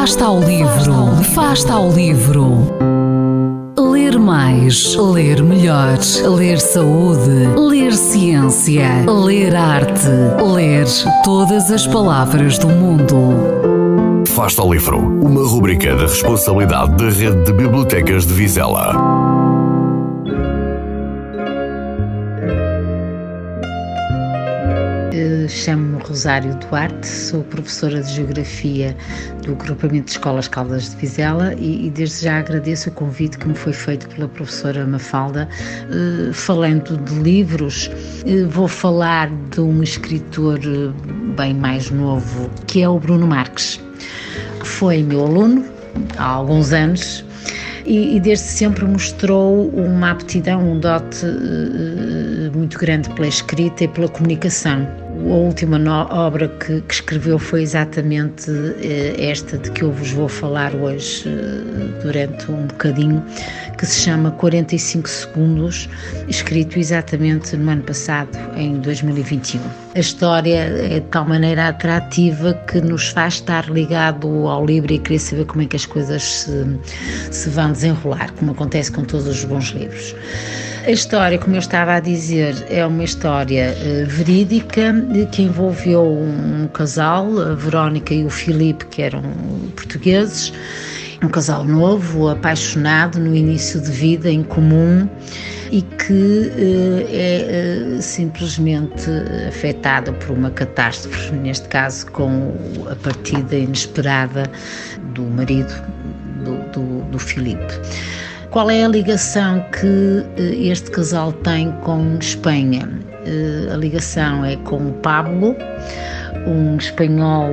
Afasta ao livro, afasta ao livro. Ler mais, ler melhor, ler saúde, ler ciência, ler arte, ler todas as palavras do mundo. Afasta ao livro, uma rubrica da responsabilidade da Rede de Bibliotecas de Vizela. Chamo-me Rosário Duarte, sou professora de Geografia do agrupamento de Escolas Caldas de Vizela e desde já agradeço o convite que me foi feito pela professora Mafalda. Falando de livros, vou falar de um escritor bem mais novo, que é o Bruno Marques, que foi meu aluno há alguns anos e desde sempre mostrou uma aptidão, um dote muito grande pela escrita e pela comunicação. A última obra que escreveu foi exatamente esta de que eu vos vou falar hoje durante um bocadinho, que se chama 45 Segundos, escrito exatamente no ano passado, em 2021. A história é de tal maneira atrativa que nos faz estar ligado ao livro e querer saber como é que as coisas se vão desenrolar, como acontece com todos os bons livros. A história, como eu estava a dizer, é uma história verídica que envolveu um casal, a Verónica e o Filipe, que eram portugueses, um casal novo, apaixonado, no início de vida em comum e que é simplesmente afetado por uma catástrofe, neste caso com a partida inesperada do marido do Filipe. Qual é a ligação que este casal tem com Espanha? A ligação é com o Pablo, um espanhol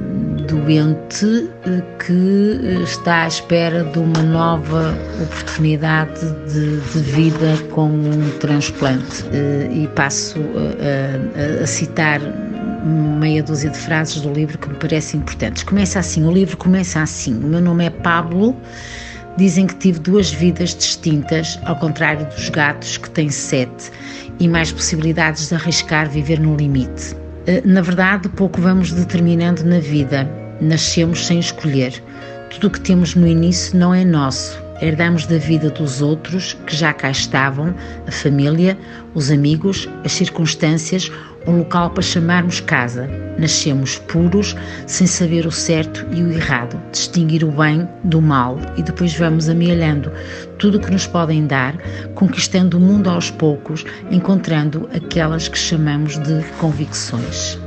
doente que está à espera de uma nova oportunidade de vida com um transplante. E passo a citar meia dúzia de frases do livro que me parecem importantes. O livro começa assim: o meu nome é Pablo. Dizem que tive 2 vidas distintas, ao contrário dos gatos que têm 7 e mais possibilidades de arriscar viver no limite. Na verdade, pouco vamos determinando na vida. Nascemos sem escolher. Tudo o que temos no início não é nosso. Herdamos da vida dos outros que já cá estavam, a família, os amigos, as circunstâncias, um local para chamarmos casa. Nascemos puros, sem saber o certo e o errado, distinguir o bem do mal e depois vamos amealhando tudo o que nos podem dar, conquistando o mundo aos poucos, encontrando aquelas que chamamos de convicções.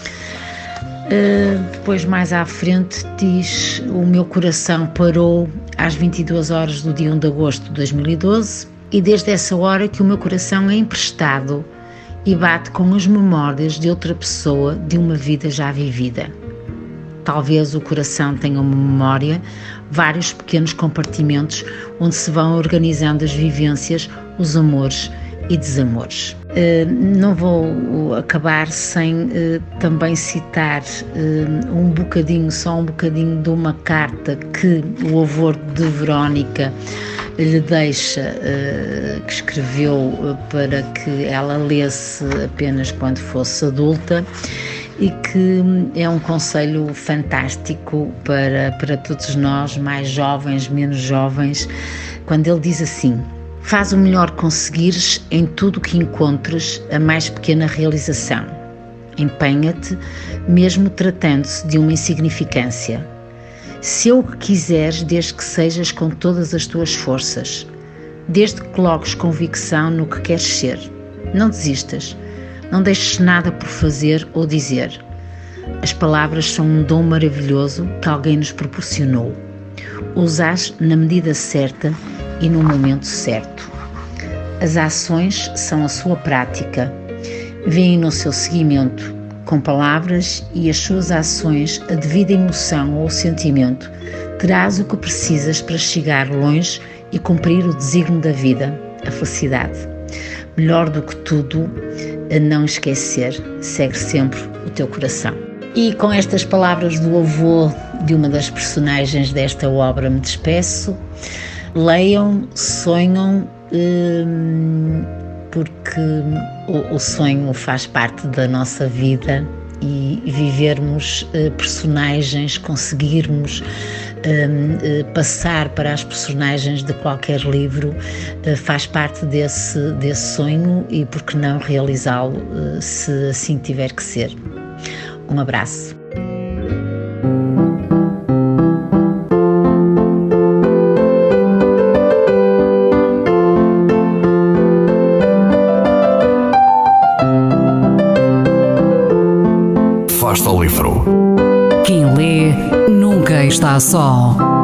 Depois, mais à frente, diz: o meu coração parou às 22 horas do dia 1 de agosto de 2012 e desde essa hora que o meu coração é emprestado e bate com as memórias de outra pessoa de uma vida já vivida. Talvez o coração tenha uma memória, vários pequenos compartimentos onde se vão organizando as vivências, os amores e desamores. Não vou acabar sem também citar só um bocadinho de uma carta que o avô de Verónica lhe deixa, que escreveu para que ela lesse apenas quando fosse adulta e que é um conselho fantástico para todos nós, mais jovens, menos jovens, quando ele diz assim: faz o melhor conseguires em tudo o que encontres a mais pequena realização. Empenha-te, mesmo tratando-se de uma insignificância. Se é o que quiseres, desde que sejas com todas as tuas forças, desde que coloques convicção no que queres ser. Não desistas, não deixes nada por fazer ou dizer. As palavras são um dom maravilhoso que alguém nos proporcionou. Usa-as na medida certa e no momento certo. As ações são a sua prática. Vêem no seu seguimento. Com palavras e as suas ações, a devida emoção ou sentimento, terás o que precisas para chegar longe e cumprir o desígnio da vida, a felicidade. Melhor do que tudo, a não esquecer, segue sempre o teu coração. E com estas palavras do avô de uma das personagens desta obra me despeço. Leiam, sonham, porque o sonho faz parte da nossa vida e vivermos personagens, conseguirmos passar para as personagens de qualquer livro, faz parte desse sonho e por que não realizá-lo, se assim tiver que ser. Um abraço. Fasta ao livro. Quem lê nunca está só.